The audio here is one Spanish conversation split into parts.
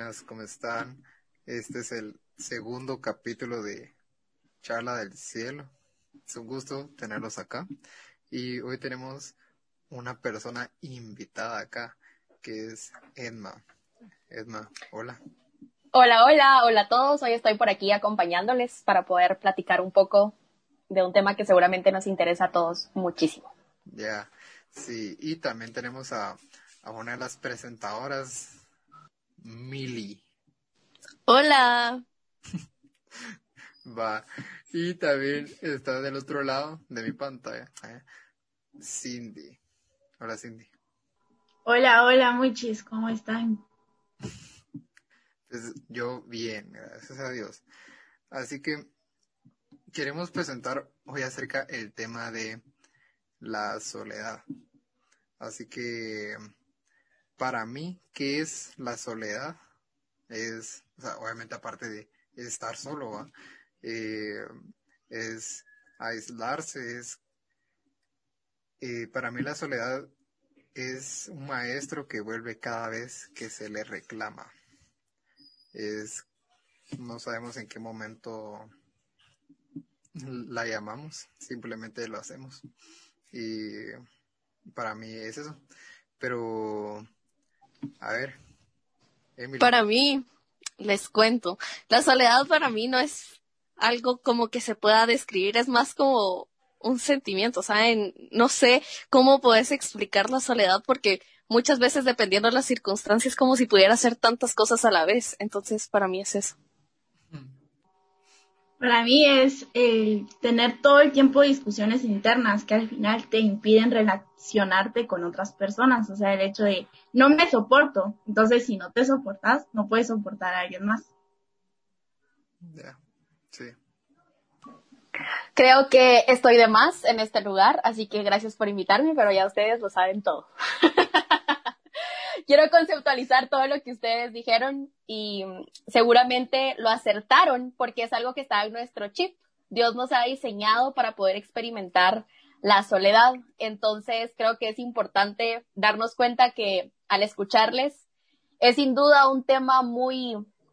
buenas, ¿cómo están? Este es el segundo capítulo de Charla del Cielo. Es un gusto tenerlos acá. Y hoy tenemos una persona invitada acá, que es Edma. Edma, hola. Hola, hola, hola a todos. Hoy estoy por aquí acompañándoles para poder platicar un poco de un tema que seguramente nos interesa a todos muchísimo. Ya, sí. Y también tenemos a una de las presentadoras, Mili. Hola, Va. Y también está del otro lado de mi pantalla, Cindy. Hola, Cindy. Hola, hola, muchis, ¿cómo están? Pues yo bien, gracias a Dios. Así que queremos presentar hoy acerca el tema de la soledad. Así que para mí, ¿qué es la soledad? Es, o sea, obviamente aparte de estar solo, ¿va? Eh, es aislarse, para mí la soledad es un maestro que vuelve cada vez que se le reclama. No sabemos en qué momento la llamamos, simplemente lo hacemos. Y para mí es eso. Pero, a ver, Emily. para mí, les cuento, la soledad para mí no es algo como que se pueda describir, es más como un sentimiento, ¿saben? No sé cómo puedes explicar la soledad porque muchas veces dependiendo de las circunstancias como si pudiera hacer tantas cosas a la vez, entonces para mí es eso. Para mí es el tener todo el tiempo discusiones internas que al final te impiden relacionarte con otras personas. O sea, el hecho de no me soporto. Entonces, si no te soportas, no puedes soportar a alguien más. Ya, sí. Creo que estoy de más en este lugar, así que gracias por invitarme, pero ya ustedes lo saben todo. Quiero conceptualizar todo lo que ustedes dijeron y seguramente lo acertaron porque es algo que está en nuestro chip. Dios nos ha diseñado para poder experimentar la soledad. Entonces creo que es importante darnos cuenta que al escucharles es sin duda un tema muy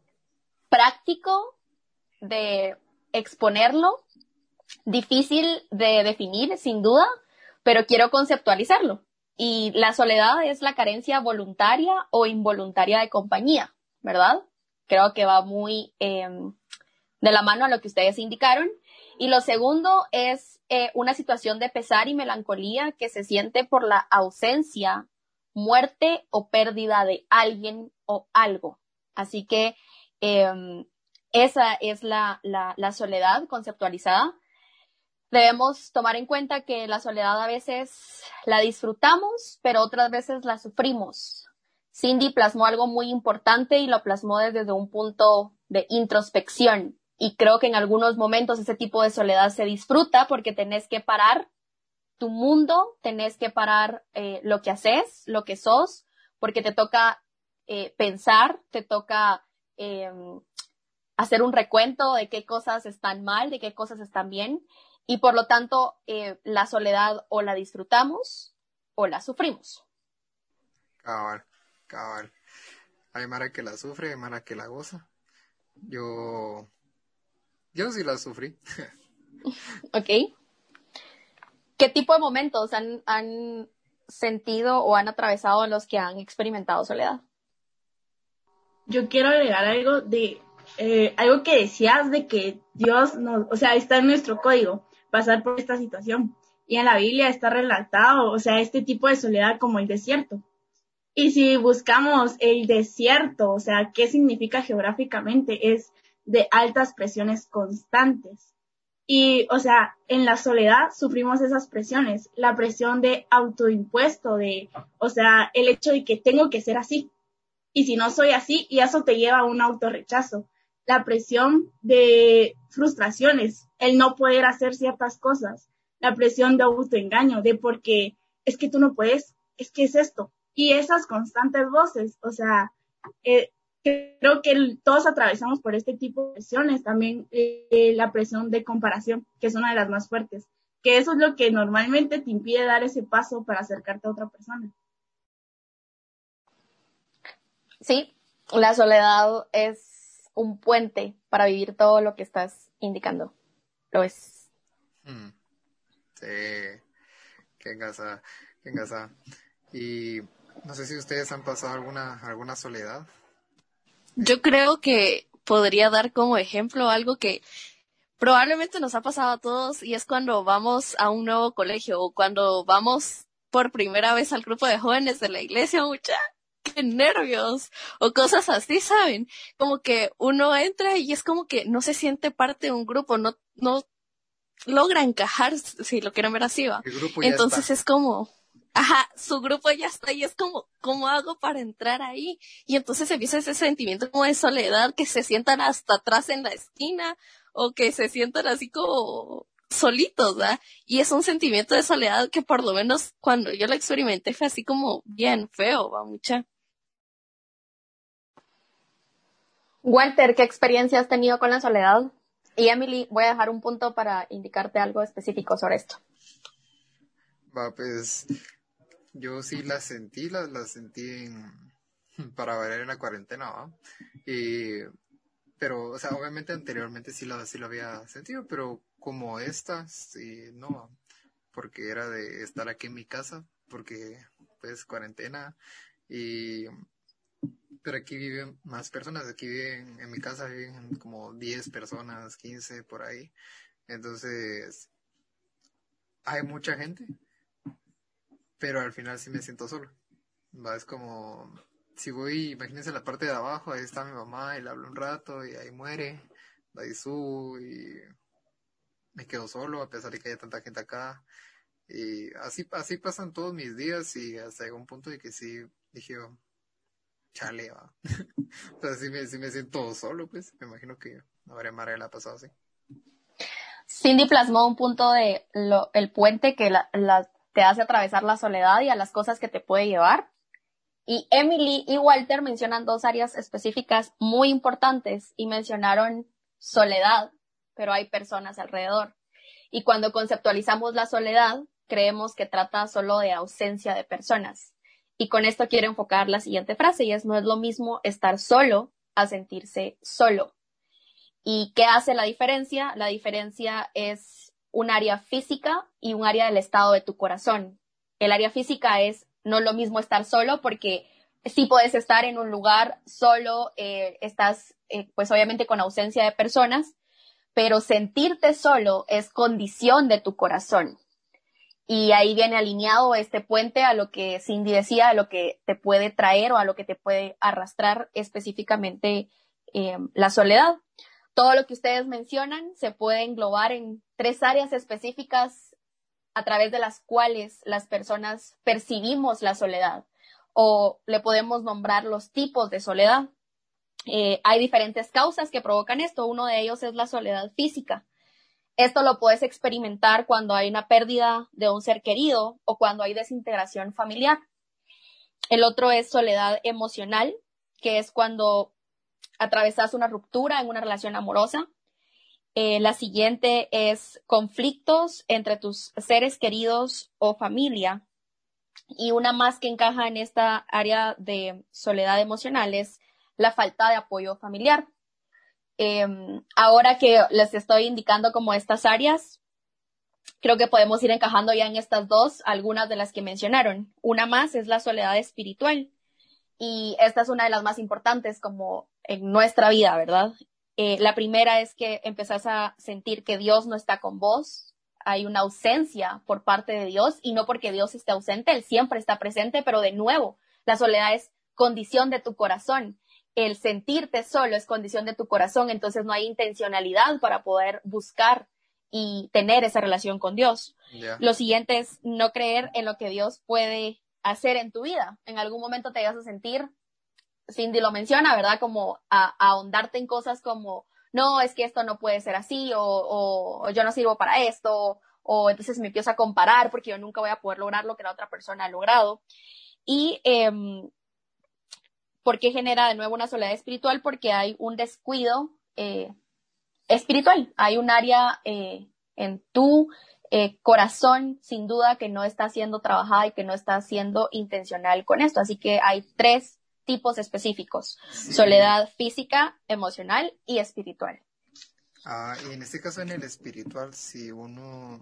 práctico de exponerlo, difícil de definir sin duda, pero quiero conceptualizarlo. Y la soledad es la carencia voluntaria o involuntaria de compañía, ¿verdad? Creo que va muy de la mano a lo que ustedes indicaron. Y lo segundo es una situación de pesar y melancolía que se siente por la ausencia, muerte o pérdida de alguien o algo. Así que esa es la soledad conceptualizada. Debemos tomar en cuenta que la soledad a veces la disfrutamos, pero otras veces la sufrimos. Cindy plasmó algo muy importante y lo plasmó desde un punto de introspección. Y creo que en algunos momentos ese tipo de soledad se disfruta porque tenés que parar tu mundo, tenés que parar lo que haces, lo que sos, porque te toca pensar, te toca hacer un recuento de qué cosas están mal, de qué cosas están bien, y por lo tanto la soledad o la disfrutamos o la sufrimos. Cabal, cabal. Hay Mara que la sufre, hay Mara que la goza. Yo, yo sí la sufrí. ¿Ok? ¿Qué tipo de momentos han sentido o han atravesado en los que han experimentado soledad? Yo quiero agregar algo de algo que decías de que Dios nos, o sea, está en nuestro código pasar por esta situación. Y en la Biblia está relatado, o sea, este tipo de soledad como el desierto. Y si buscamos el desierto, o sea, ¿qué significa geográficamente? Es de altas presiones constantes. Y, o sea, en la soledad sufrimos esas presiones, la presión de autoimpuesto, o sea, el hecho de que tengo que ser así. Y si no soy así, y eso te lleva a un autorrechazo. La presión de frustraciones, el no poder hacer ciertas cosas, la presión de autoengaño, de porque es que tú no puedes, es que es esto. Y esas constantes voces, o sea, creo que todos atravesamos por este tipo de presiones, también la presión de comparación, que es una de las más fuertes, que eso es lo que normalmente te impide dar ese paso para acercarte a otra persona. Sí, La soledad es un puente para vivir todo lo que estás indicando. Lo es. Sí, qué engasada, qué engasada. Y no sé si ustedes han pasado alguna soledad. Yo creo que podría dar como ejemplo algo que probablemente nos ha pasado a todos y es cuando vamos a un nuevo colegio o cuando vamos por primera vez al grupo de jóvenes de la iglesia, mucha, qué nervios o cosas así, ¿saben? Como que uno entra y es como que no se siente parte de un grupo, no logra encajar, si lo quieren ver así, va. El grupo ya Entonces está. es como, ajá, su grupo ya está y es como, ¿cómo hago para entrar ahí? Y entonces empieza ese sentimiento como de soledad, que se sientan hasta atrás en la esquina o que se sientan así como solitos, ¿verdad? Y es un sentimiento de soledad que por lo menos cuando yo lo experimenté fue así como bien feo, va mucha. Walter, ¿qué experiencia has tenido con la soledad? Y Emily, voy a dejar un punto para indicarte algo específico sobre esto. Va, pues yo sí las sentí para variar en la cuarentena, ¿va? Pero, o sea, obviamente anteriormente sí lo había sentido, pero como esta, sí, no, porque era de estar aquí en mi casa, porque pues cuarentena, y pero aquí viven más personas, aquí viven, en mi casa viven como 10 personas, 15 por ahí, entonces hay mucha gente, pero al final sí me siento solo, va, es como, si voy, imagínense la parte de abajo, ahí está mi mamá y le hablo un rato y ahí muere, ahí subo y me quedo solo a pesar de que haya tanta gente acá. Y así pasan todos mis días y hasta llegó un punto de que sí dije, oh, chale, va. O sea, sí me siento solo, pues. Me imagino que a varias Mara la ha pasado así. Cindy plasmó un punto de el puente que te hace atravesar la soledad y a las cosas que te puede llevar. Y Emily y Walter mencionan dos áreas específicas muy importantes y mencionaron soledad, pero hay personas alrededor. Y cuando conceptualizamos la soledad, creemos que trata solo de ausencia de personas. Y con esto quiero enfocar la siguiente frase y es: no es lo mismo estar solo a sentirse solo. ¿Y qué hace la diferencia? La diferencia es un área física y un área del estado de tu corazón. El área física es no lo mismo estar solo, porque sí puedes estar en un lugar solo, estás pues obviamente con ausencia de personas, pero sentirte solo es condición de tu corazón. Y ahí viene alineado este puente a lo que Cindy decía, a lo que te puede traer o a lo que te puede arrastrar específicamente la soledad. Todo lo que ustedes mencionan se puede englobar en tres áreas específicas a través de las cuales las personas percibimos la soledad, o le podemos nombrar los tipos de soledad. Hay diferentes causas que provocan esto. Uno de ellos es la soledad física. Esto lo puedes experimentar cuando hay una pérdida de un ser querido o cuando hay desintegración familiar. El otro es soledad emocional, que es cuando atravesas una ruptura en una relación amorosa. La siguiente es conflictos entre tus seres queridos o familia. Y una más que encaja en esta área de soledad emocional es la falta de apoyo familiar. Ahora que les estoy indicando como estas áreas, creo que podemos ir encajando ya en estas dos, algunas de las que mencionaron. Una más es la soledad espiritual. Y esta es una de las más importantes como en nuestra vida, ¿verdad? La primera es que empezás a sentir que Dios no está con vos, hay una ausencia por parte de Dios, y no porque Dios esté ausente, Él siempre está presente, pero de nuevo, la soledad es condición de tu corazón. El sentirte solo es condición de tu corazón, entonces no hay intencionalidad para poder buscar y tener esa relación con Dios. Ya. Lo siguiente es no creer en lo que Dios puede hacer en tu vida. En algún momento te vas a sentir, Cindy lo menciona, ¿verdad? Como a ahondarte en cosas como, no, es que esto no puede ser así, o yo no sirvo para esto, o entonces me empiezo a comparar porque yo nunca voy a poder lograr lo que la otra persona ha logrado. Y ¿por qué genera de nuevo una soledad espiritual? Porque hay un descuido espiritual, hay un área en tu corazón, sin duda, que no está siendo trabajada y que no está siendo intencional con esto. Así que hay tres tipos específicos: Sí. soledad física, emocional y espiritual. Y en este caso, en el espiritual, si uno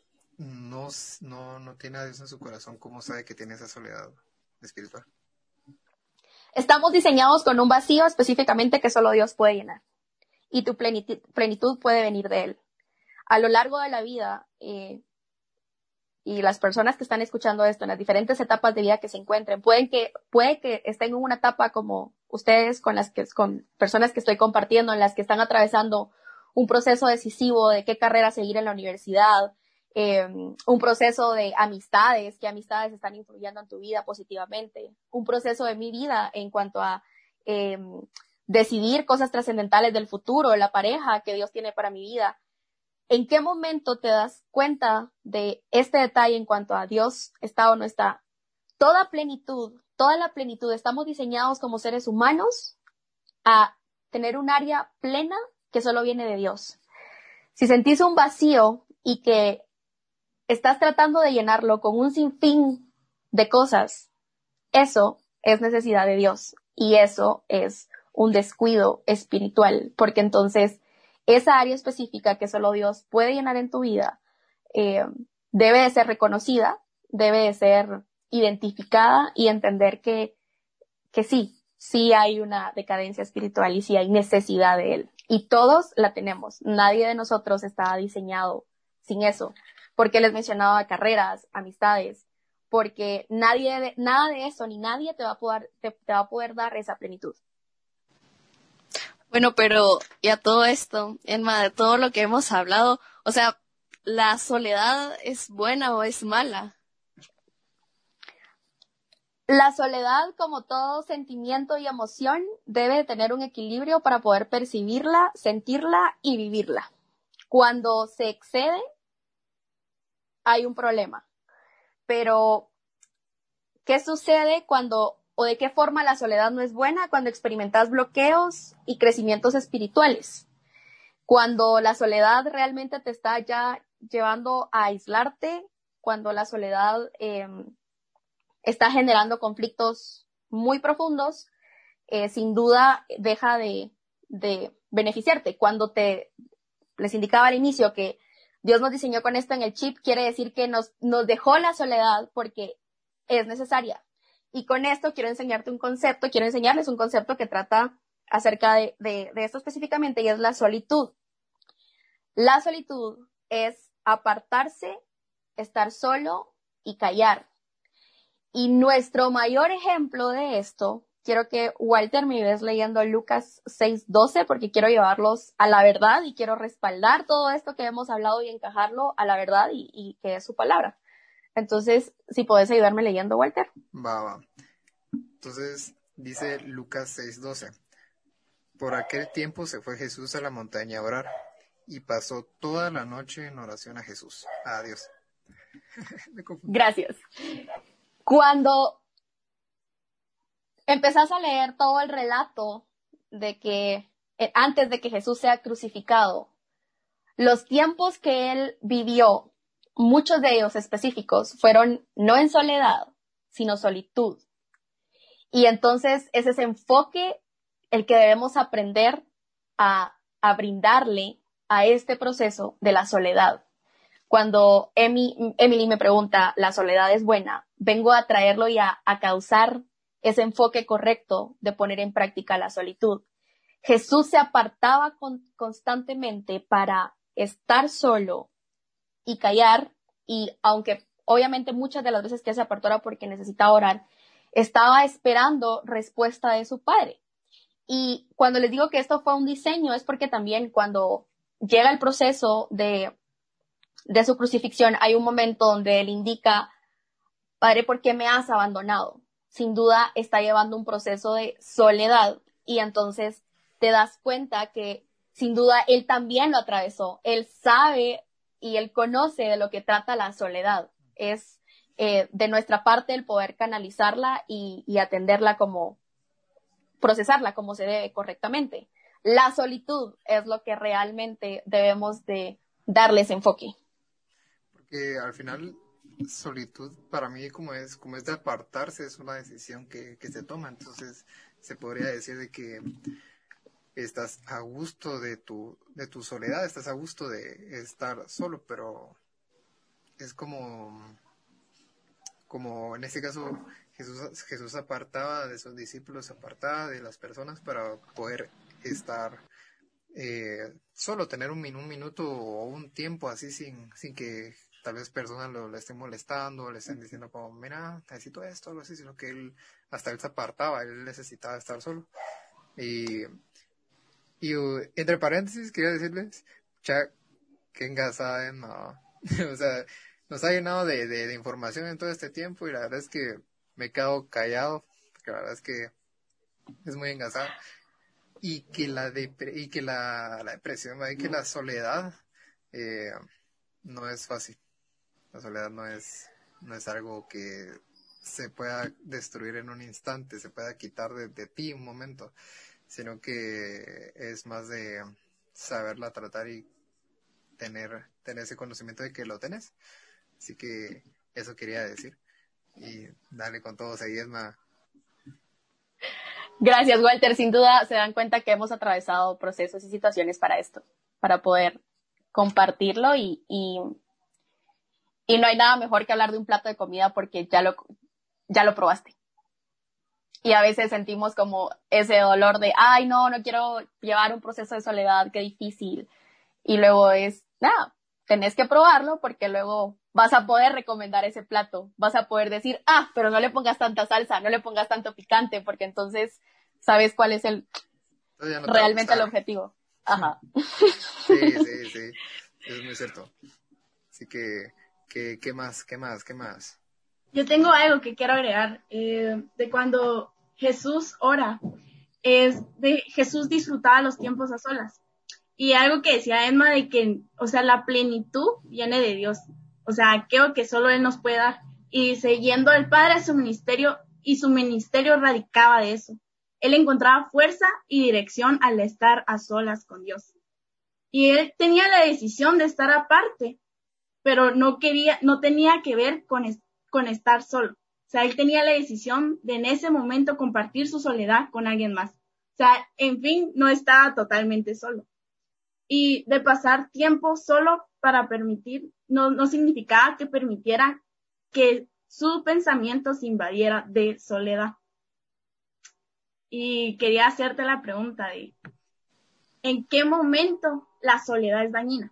no tiene a Dios en su corazón, ¿cómo sabe que tiene esa soledad espiritual? Estamos diseñados con un vacío específicamente que solo Dios puede llenar, y tu plenitud puede venir de Él. A lo largo de la vida, y las personas que están escuchando esto en las diferentes etapas de vida que se encuentren, puede que estén en una etapa como ustedes, con personas que estoy compartiendo, en las que están atravesando un proceso decisivo de qué carrera seguir en la universidad, un proceso de amistades, qué amistades están influyendo en tu vida positivamente, un proceso de mi vida en cuanto a decidir cosas trascendentales del futuro, la pareja que Dios tiene para mi vida. ¿En qué momento te das cuenta de este detalle en cuanto a Dios está o no está? Toda la plenitud, estamos diseñados como seres humanos a tener un área plena que solo viene de Dios. Si sentís un vacío y que estás tratando de llenarlo con un sinfín de cosas, eso es necesidad de Dios, y eso es un descuido espiritual, porque entonces esa área específica que solo Dios puede llenar en tu vida debe de ser reconocida, debe de ser identificada y entender que sí hay una decadencia espiritual y sí hay necesidad de Él. Y todos la tenemos. Nadie de nosotros está diseñado sin eso. Porque les mencionaba carreras, amistades, porque nada de eso, ni nadie te va a poder dar esa plenitud. Bueno, pero y a todo esto, Emma, de todo lo que hemos hablado, o sea, ¿la soledad es buena o es mala? La soledad, como todo sentimiento y emoción, debe tener un equilibrio para poder percibirla, sentirla y vivirla. Cuando se excede, hay un problema. Pero, ¿qué sucede o de qué forma la soledad no es buena? Cuando experimentas bloqueos y crecimientos espirituales. Cuando la soledad realmente te está ya llevando a aislarte, cuando la soledad está generando conflictos muy profundos, sin duda deja de beneficiarte. Cuando les indicaba al inicio que Dios nos diseñó con esto en el chip, quiere decir que nos dejó la soledad porque es necesaria. Y con esto quiero enseñarles un concepto que trata acerca de esto específicamente, y es la solitud. La solitud es apartarse, estar solo y callar. Y nuestro mayor ejemplo de esto, quiero que Walter me ayudes leyendo Lucas 6:12, porque quiero llevarlos a la verdad y quiero respaldar todo esto que hemos hablado y encajarlo a la verdad y que es su palabra. Entonces, si podés ayudarme leyendo, Walter. Va. Entonces, dice Lucas 6:12. Por aquel tiempo se fue Jesús a la montaña a orar y pasó toda la noche en oración a Jesús. Adiós. Gracias. Cuando empezás a leer todo el relato de que antes de que Jesús sea crucificado, los tiempos que él vivió, muchos de ellos específicos, fueron no en soledad, sino solitud. Y entonces es ese enfoque el que debemos aprender a brindarle a este proceso de la soledad. Cuando Emily me pregunta, ¿la soledad es buena? Vengo a traerlo y a causar ese enfoque correcto de poner en práctica la solitud. Jesús se apartaba constantemente para estar solo y callar, y aunque obviamente muchas de las veces que se apartó era porque necesitaba orar, estaba esperando respuesta de su Padre. Y cuando les digo que esto fue un diseño, es porque también cuando llega el proceso de su crucifixión, hay un momento donde él indica, Padre, ¿por qué me has abandonado? Sin duda está llevando un proceso de soledad, y entonces te das cuenta que sin duda él también lo atravesó. Él sabe y él conoce de lo que trata la soledad. Es de nuestra parte el poder canalizarla y atenderla procesarla como se debe correctamente. La solitud es lo que realmente debemos de darles enfoque. Porque al final solitud para mí como es de apartarse, es una decisión que se toma. Entonces se podría decir de que estás a gusto de tu soledad, estás a gusto de estar solo, pero es como en este caso Jesús apartaba de sus discípulos, apartaba de las personas para poder estar solo, tener un minuto o un tiempo así sin que tal vez personas lo estén molestando, le estén diciendo como, mira, necesito esto, algo así, sino que hasta él se apartaba, él necesitaba estar solo. Y entre paréntesis, quería decirles, ya que engasada Emma, o sea, nos ha llenado de información en todo este tiempo y la verdad es que me he quedado callado, porque la verdad es que es muy engasada. Y que la depresión, y que la soledad eh, no es fácil. La soledad no es algo que se pueda destruir en un instante, se pueda quitar de ti un momento, sino que es más de saberla tratar y tener ese conocimiento de que lo tenés. Así que eso quería decir. Y dale con todo, seguí, Esma. Gracias, Walter. Sin duda se dan cuenta que hemos atravesado procesos y situaciones para esto, para poder compartirlo y no hay nada mejor que hablar de un plato de comida porque ya lo probaste. Y a veces sentimos como ese dolor de, ay, no quiero llevar un proceso de soledad, qué difícil. Y luego nada, tenés que probarlo porque luego vas a poder recomendar ese plato. Vas a poder decir, pero no le pongas tanta salsa, no le pongas tanto picante, porque entonces sabes cuál es Ya no realmente el objetivo. Ajá. Sí, es muy cierto. Así que, ¿qué más? Yo tengo algo que quiero agregar de cuando Jesús ora, es de Jesús disfrutaba los tiempos a solas. Y algo que decía Emma de que, o sea, la plenitud viene de Dios. O sea, aquello que solo Él nos puede dar. Y dice, yendo el Padre a su ministerio, y su ministerio radicaba de eso. Él encontraba fuerza y dirección al estar a solas con Dios. Y él tenía la decisión de estar aparte, pero no tenía que ver con estar solo. O sea, él tenía la decisión de en ese momento compartir su soledad con alguien más. O sea, en fin, no estaba totalmente solo. Y de pasar tiempo solo para permitir, no significaba que permitiera que su pensamiento se invadiera de soledad. Y quería hacerte la pregunta de, ¿en qué momento la soledad es dañina?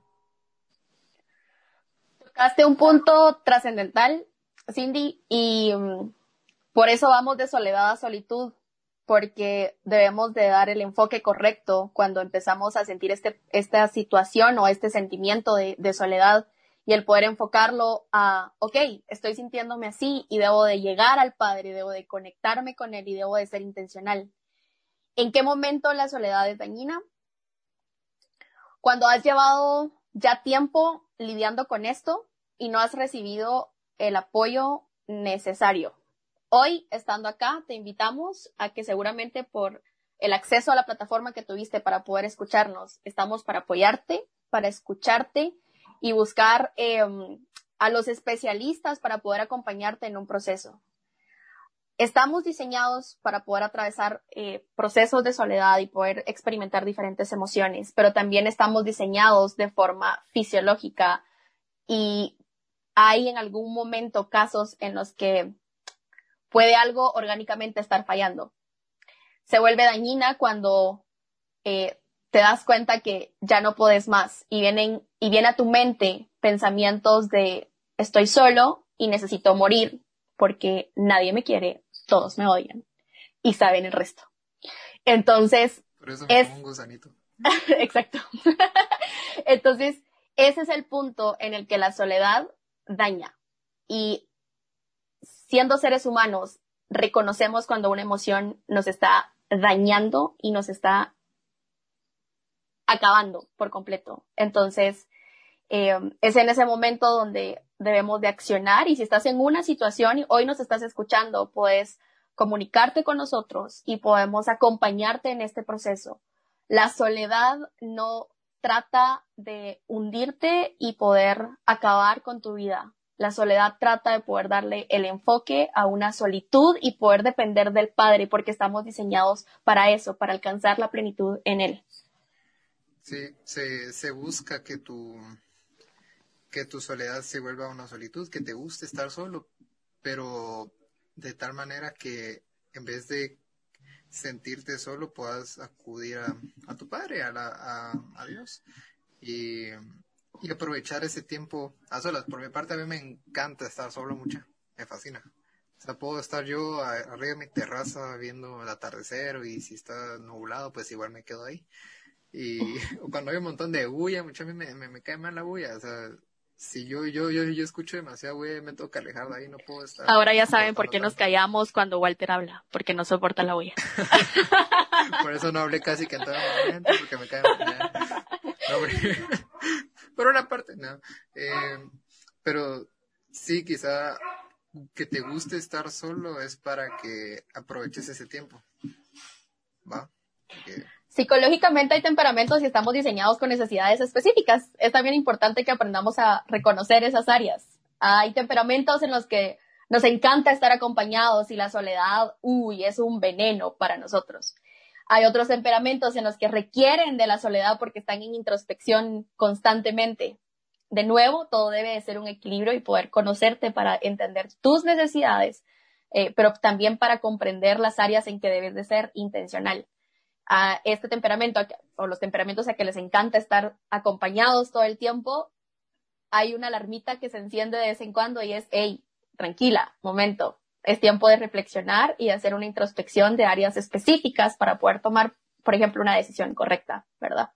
Tocaste un punto trascendental, Cindy, y por eso vamos de soledad a solitud, porque debemos de dar el enfoque correcto cuando empezamos a sentir esta situación o este sentimiento de soledad y el poder enfocarlo a, ok, estoy sintiéndome así y debo de llegar al Padre, debo de conectarme con Él y debo de ser intencional. ¿En qué momento la soledad es dañina? Cuando has llevado ya tiempo lidiando con esto y no has recibido el apoyo necesario. Hoy, estando acá, te invitamos a que seguramente por el acceso a la plataforma que tuviste para poder escucharnos, estamos para apoyarte, para escucharte y buscar a los especialistas para poder acompañarte en un proceso. Estamos diseñados para poder atravesar procesos de soledad y poder experimentar diferentes emociones, pero también estamos diseñados de forma fisiológica y hay en algún momento casos en los que puede algo orgánicamente estar fallando. Se vuelve dañina cuando te das cuenta que ya no puedes más y viene a tu mente pensamientos de estoy solo y necesito morir porque nadie me quiere, todos me odian y saben el resto. Entonces, por eso me como un gusanito. Exacto. Entonces, ese es el punto en el que la soledad daña. Y siendo seres humanos, reconocemos cuando una emoción nos está dañando y nos está acabando por completo. Entonces, es en ese momento donde debemos de accionar y si estás en una situación y hoy nos estás escuchando, puedes comunicarte con nosotros y podemos acompañarte en este proceso. La soledad no trata de hundirte y poder acabar con tu vida. La soledad trata de poder darle el enfoque a una solitud y poder depender del Padre, porque estamos diseñados para eso, para alcanzar la plenitud en Él. Sí, se busca que tu soledad se vuelva una solitud, que te guste estar solo, pero de tal manera que en vez de sentirte solo puedas acudir a tu Padre, a Dios, y aprovechar ese tiempo a solas. Por mi parte, a mí me encanta estar solo mucho, me fascina. O sea, puedo estar yo arriba de mi terraza viendo el atardecer, y si está nublado, pues igual me quedo ahí. Y cuando hay un montón de bulla, mucho a mí me cae mal la bulla. O sea, si yo escucho demasiada bulla, me tengo que alejar de ahí, no puedo estar Ahora ya saben por soportando qué nos tanto. callamos cuando Walter habla, porque no soporta la bulla. Por eso no hablé casi que en todo momento, porque me cae mal. No, hombre. Por una parte, no. Pero sí, quizá que te guste estar solo es para que aproveches ese tiempo. ¿Va? Porque Psicológicamente hay temperamentos y estamos diseñados con necesidades específicas. Es también importante que aprendamos a reconocer esas áreas. Hay temperamentos en los que nos encanta estar acompañados y la soledad, es un veneno para nosotros. Hay otros temperamentos en los que requieren de la soledad porque están en introspección constantemente. De nuevo, todo debe de ser un equilibrio y poder conocerte para entender tus necesidades, pero también para comprender las áreas en que debes de ser intencional. A este temperamento, o los temperamentos a que les encanta estar acompañados todo el tiempo, hay una alarmita que se enciende de vez en cuando y es, hey, tranquila, momento, es tiempo de reflexionar y hacer una introspección de áreas específicas para poder tomar, por ejemplo, una decisión correcta, ¿verdad?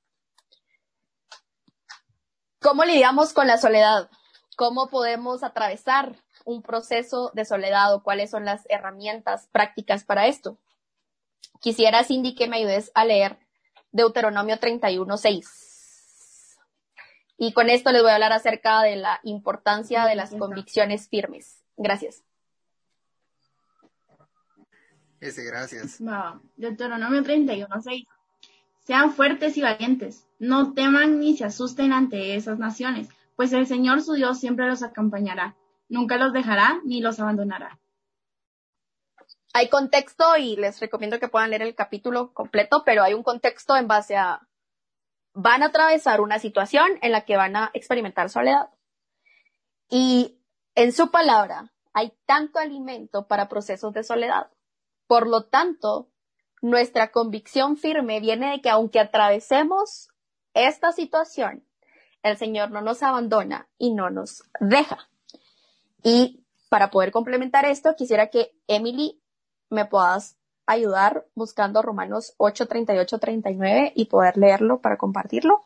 ¿Cómo lidiamos con la soledad? ¿Cómo podemos atravesar un proceso de soledad o cuáles son las herramientas prácticas para esto? Quisiera, Cindy, que me ayudes a leer Deuteronomio 31:6. Y con esto les voy a hablar acerca de la importancia de las convicciones firmes. Gracias. gracias. Va, Deuteronomio 31:6. Sean fuertes y valientes, no teman ni se asusten ante esas naciones, pues el Señor su Dios siempre los acompañará, nunca los dejará ni los abandonará. Hay contexto y les recomiendo que puedan leer el capítulo completo, pero hay un contexto en base a van a atravesar una situación en la que van a experimentar soledad. Y en su palabra hay tanto alimento para procesos de soledad. Por lo tanto, nuestra convicción firme viene de que aunque atravesemos esta situación, el Señor no nos abandona y no nos deja. Y para poder complementar esto, quisiera que Emily me puedas ayudar buscando Romanos 8:38-39 y poder leerlo para compartirlo.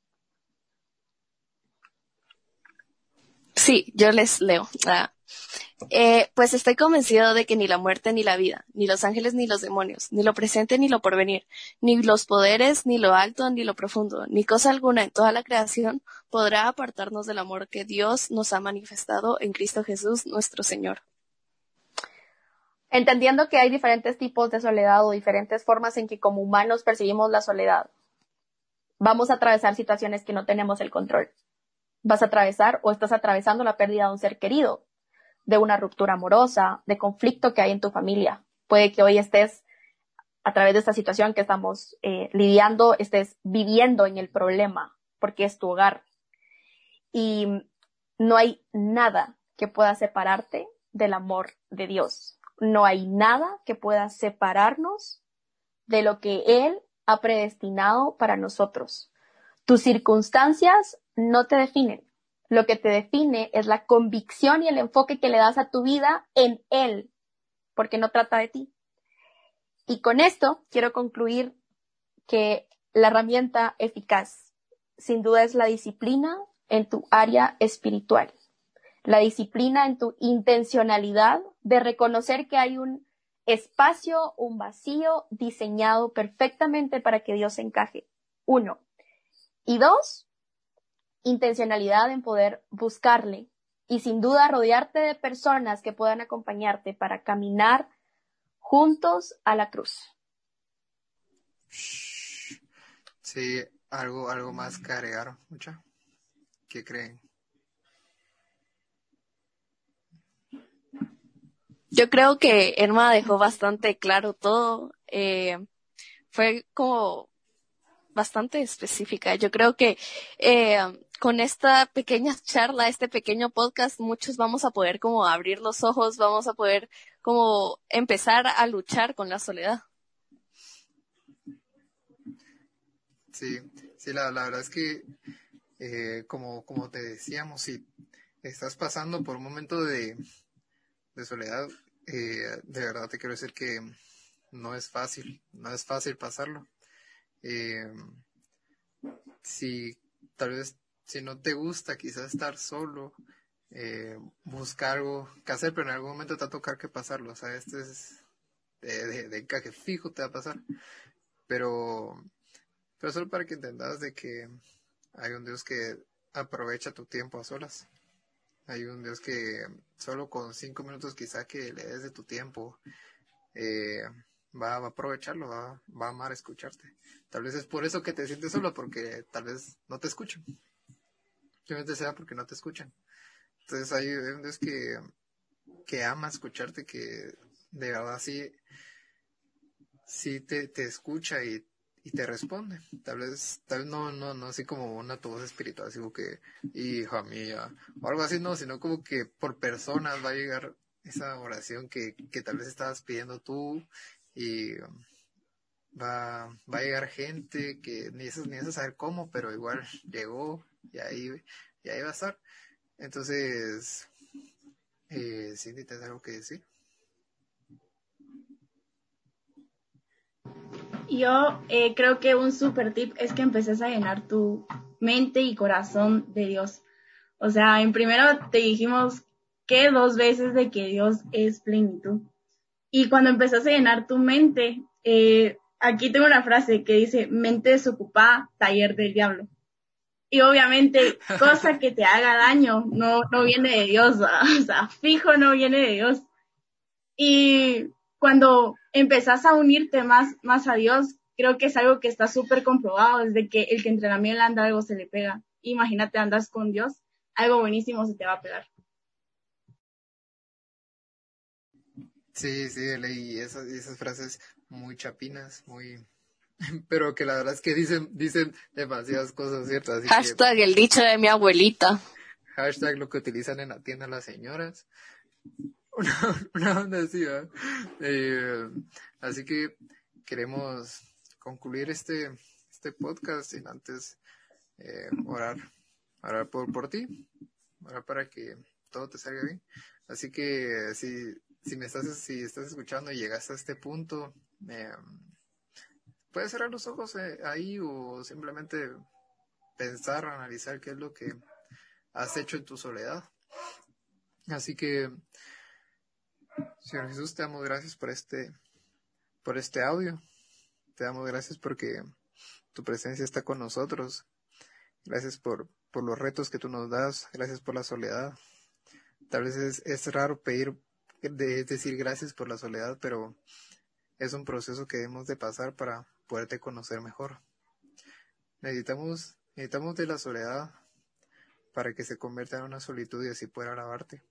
Sí, yo les leo. Pues estoy convencido de que ni la muerte ni la vida, ni los ángeles ni los demonios, ni lo presente ni lo porvenir, ni los poderes, ni lo alto ni lo profundo, ni cosa alguna en toda la creación podrá apartarnos del amor que Dios nos ha manifestado en Cristo Jesús nuestro Señor. Entendiendo que hay diferentes tipos de soledad o diferentes formas en que como humanos percibimos la soledad, vamos a atravesar situaciones que no tenemos el control. Vas a atravesar o estás atravesando la pérdida de un ser querido, de una ruptura amorosa, de conflicto que hay en tu familia. Puede que hoy estés, a través de esta situación que estamos lidiando, estés viviendo en el problema, porque es tu hogar. Y no hay nada que pueda separarte del amor de Dios. No hay nada que pueda separarnos de lo que Él ha predestinado para nosotros. Tus circunstancias no te definen. Lo que te define es la convicción y el enfoque que le das a tu vida en Él, porque no trata de ti. Y con esto quiero concluir que la herramienta eficaz, sin duda, es la disciplina en tu área espiritual. La disciplina en tu intencionalidad de reconocer que hay un espacio, un vacío diseñado perfectamente para que Dios encaje. 1. Y 2, intencionalidad en poder buscarle y sin duda rodearte de personas que puedan acompañarte para caminar juntos a la cruz. Sí, algo más que agregar, mucha. ¿Qué creen? Yo creo que Emma dejó bastante claro todo. Fue como bastante específica. Yo creo que con esta pequeña charla, este pequeño podcast, muchos vamos a poder como abrir los ojos, vamos a poder como empezar a luchar con la soledad. Sí, sí, la verdad es que como te decíamos, si estás pasando por un momento de soledad, de verdad te quiero decir que no es fácil pasarlo. Si tal vez si no te gusta quizás estar solo, busca algo que hacer, pero en algún momento te va a tocar que pasarlo. O sea, este es de que fijo te va a pasar, pero solo para que entendas de que hay un Dios que aprovecha tu tiempo a solas. Hay un Dios que solo con 5 minutos quizá que le des de tu tiempo, va a aprovecharlo, va a amar escucharte. Tal vez es por eso que te sientes solo, porque tal vez no te escuchan. Simplemente sea porque no te escuchan. Entonces hay un Dios que ama escucharte, que de verdad sí te escucha y te responde. Tal vez no así como una tu voz espiritual, así como que, hija mía, o algo así, no, sino como que por personas va a llegar esa oración que tal vez estabas pidiendo tú, y va a llegar gente que ni necesitas saber cómo, pero igual llegó y ahí va a estar. Entonces, Cindy, ¿tienes algo que decir? Yo creo que un super tip es que empeces a llenar tu mente y corazón de Dios. O sea, en primero te dijimos que 2 veces de que Dios es plenitud. Y cuando empezás a llenar tu mente, aquí tengo una frase que dice, mente desocupada, taller del diablo. Y obviamente, cosa que te haga daño no viene de Dios, o sea, fijo no viene de Dios. Y cuando empezás a unirte más a Dios, creo que es algo que está súper comprobado, desde que el que entre la miel anda algo se le pega. Imagínate, andas con Dios, algo buenísimo se te va a pegar. Sí, leí esas frases muy chapinas, muy... pero que la verdad es que dicen demasiadas cosas ciertas. Así Hashtag que, el dicho de mi abuelita. Hashtag lo que utilizan en la tienda las señoras. Una onda así, ¿verdad? Así que queremos concluir este podcast sin antes orar por ti, orar para que todo te salga bien. Así que si estás escuchando y llegaste a este punto, puedes cerrar los ojos ahí, o simplemente pensar, analizar qué es lo que has hecho en tu soledad. Así que, Señor Jesús, te damos gracias por este audio. Te damos gracias porque tu presencia está con nosotros. Gracias por los retos que tú nos das. Gracias por la soledad. Tal vez es raro decir gracias por la soledad, pero es un proceso que debemos de pasar para poderte conocer mejor. Necesitamos de la soledad para que se convierta en una solitud y así poder alabarte.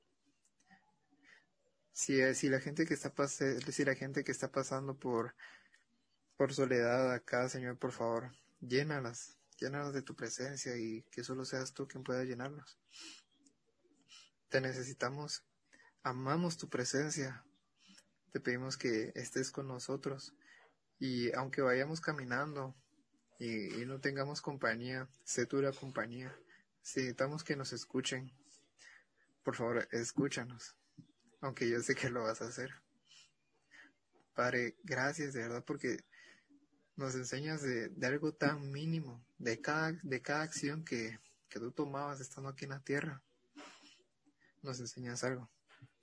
Si la gente que está pasando por soledad acá, Señor, por favor, llénalas de tu presencia, y que solo seas tú quien pueda llenarlos. Te necesitamos, amamos tu presencia, te pedimos que estés con nosotros, y aunque vayamos caminando y no tengamos compañía, sé tú la compañía. Si necesitamos que nos escuchen, por favor, escúchanos, aunque yo sé que lo vas a hacer. Padre, gracias de verdad, porque nos enseñas de algo tan mínimo, de cada acción que tú tomabas estando aquí en la tierra. Nos enseñas algo.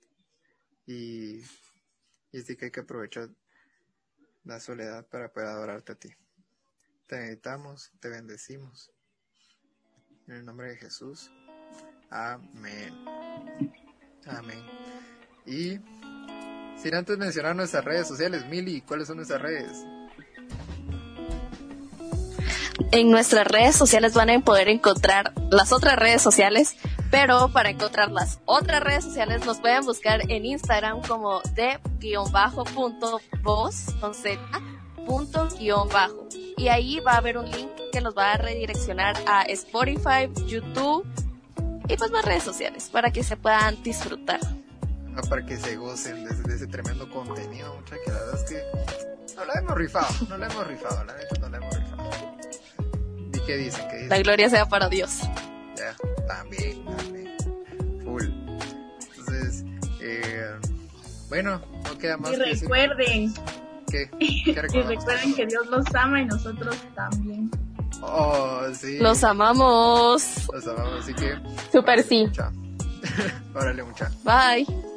Y es de que hay que aprovechar la soledad para poder adorarte a ti. Te necesitamos, te bendecimos. En el nombre de Jesús. Amén. Amén. Y sin antes mencionar nuestras redes sociales, Mili, ¿cuáles son nuestras redes? En nuestras redes sociales van a poder encontrar las otras redes sociales, Pero para encontrar las otras redes sociales nos pueden buscar en Instagram como de_voz con z _. Y ahí va a haber un link que los va a redireccionar a Spotify, YouTube y pues más redes sociales para que se puedan disfrutar. Para que se gocen de ese tremendo contenido, mucha, que la verdad es que no la hemos rifado, la neta no la hemos rifado. ¿Y qué dicen? La gloria sea para Dios. Ya, también, full. Entonces, bueno, no queda más y que decir. Recuerden, ¿Qué y recuerden que Dios los ama y nosotros también. Oh, sí. Los amamos. Los amamos, así que... Súper sí. Órale, mucha. Bye.